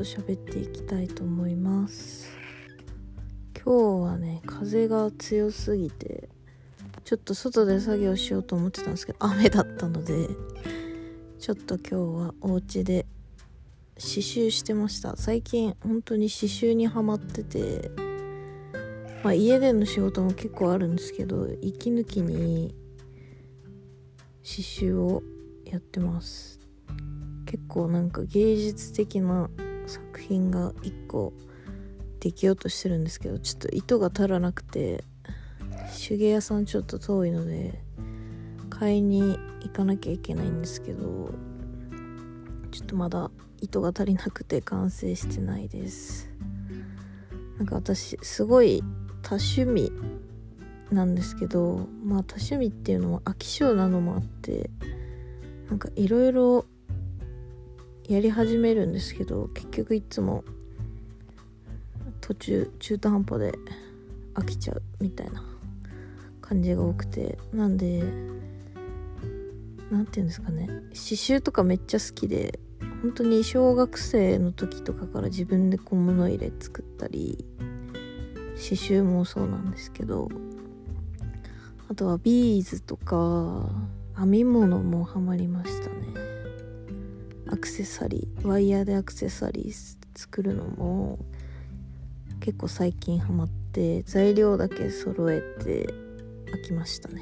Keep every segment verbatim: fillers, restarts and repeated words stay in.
喋っていきたいと思います。今日はね、風が強すぎてちょっと外で作業しようと思ってたんですけど、雨だったのでちょっと今日はお家で刺繍してました。最近本当に刺繍にハマってて、まあ、家での仕事も結構あるんですけど、息抜きに刺繍をやってます。結構なんか芸術的な作品が一個できようとしてるんですけど、ちょっと糸が足らなくて、手芸屋さんちょっと遠いので買いに行かなきゃいけないんですけど、ちょっとまだ糸が足りなくて完成してないです。なんか私すごい多趣味なんですけど、まあ多趣味っていうのも飽き性なのもあって、なんかいろいろやり始めるんですけど、結局いつも途中中途半端で飽きちゃうみたいな感じが多くて、なんでなんていうんですかね、刺繍とかめっちゃ好きで、本当に小学生の時とかから自分で小物入れ作ったり、刺繍もそうなんですけど、あとはビーズとか編み物もハマりましたね。アクセサリー、ワイヤーでアクセサリー作るのも結構最近ハマって、材料だけ揃えて飽きましたね。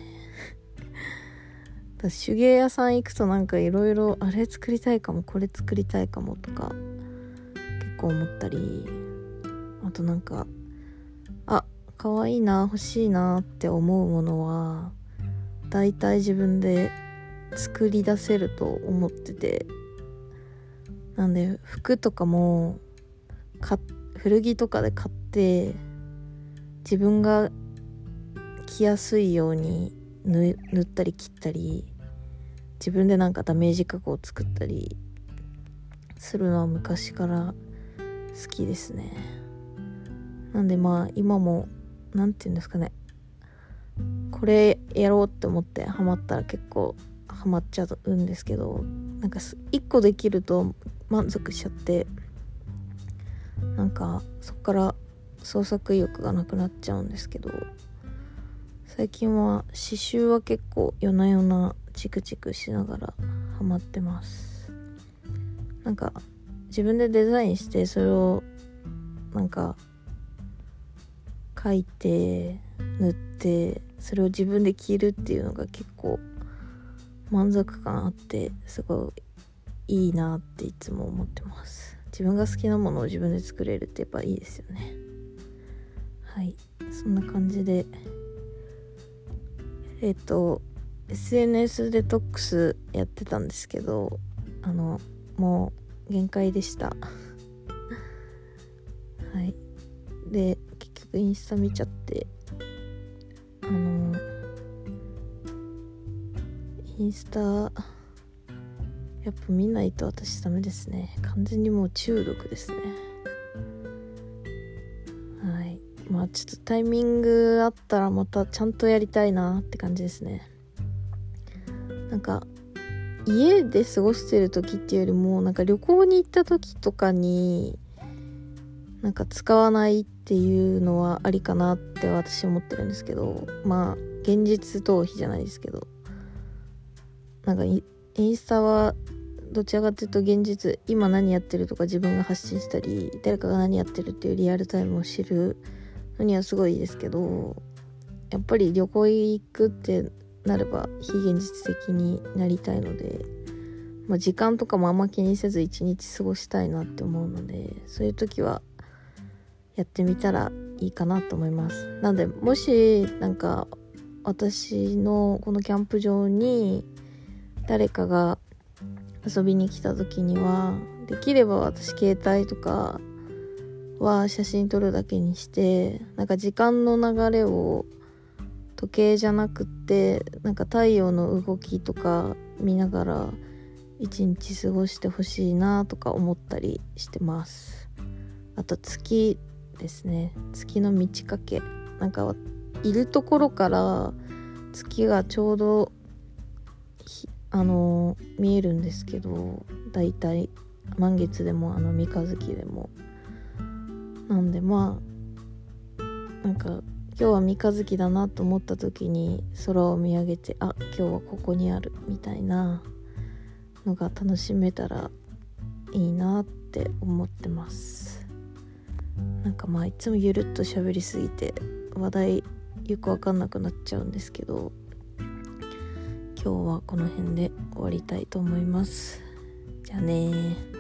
だ手芸屋さん行くとなんかいろいろあれ作りたいかも、これ作りたいかもとか結構思ったり、あとなんかあ、かわいいな、欲しいなって思うものはだいたい自分で作り出せると思ってて、なんで服とかもか古着とかで買って自分が着やすいように塗ったり切ったり、自分でなんかダメージ加工を作ったりするのは昔から好きですね。なんでまあ今もなんていうんですかね、これやろうって思ってハマったら結構ハマっちゃうんですけど、なんか一個できると満足しちゃって、なんかそっから創作意欲がなくなっちゃうんですけど、最近は刺繍は結構夜な夜なチクチクしながらハマってます。なんか自分でデザインして、それをなんか描いて塗って、それを自分で着るっていうのが結構満足感あって、すごいいいなっていつも思ってます。自分が好きなものを自分で作れるってやっぱいいですよね。はい、そんな感じでえっと エスエヌエス デトックスやってたんですけど、あのもう限界でしたはい。で結局インスタ見ちゃって、あのインスタやっぱ見ないと私ダメですね。完全にもう中毒ですね。はい。まあちょっとタイミングあったらまたちゃんとやりたいなって感じですね。なんか家で過ごしてる時っていうよりも、なんか旅行に行った時とかになんか使わないっていうのはありかなって私は思ってるんですけど、まあ現実逃避じゃないですけど、なんかインスタはどちらかというと現実、今何やってるとか自分が発信したり、誰かが何やってるっていうリアルタイムを知るのにはすごいいいですけど、やっぱり旅行行くってなれば非現実的になりたいので、まあ、時間とかもあんま気にせず一日過ごしたいなって思うので、そういう時はやってみたらいいかなと思います。なのでもしなんか私のこのキャンプ場に誰かが遊びに来た時には、できれば私携帯とかは写真撮るだけにして、なんか時間の流れを時計じゃなくってなんか太陽の動きとか見ながら一日過ごしてほしいなとか思ったりしてます。あと月ですね、月の満ち欠け、なんかいるところから月がちょうどあの見えるんですけど、だいたい満月でもあの三日月でも。なんでまあなんか今日は三日月だなと思った時に空を見上げて、あ、今日はここにあるみたいなのが楽しめたらいいなって思ってます。なんかまあいつもゆるっと喋りすぎて話題よくわかんなくなっちゃうんですけど、今日はこの辺で終わりたいと思います。じゃあねー。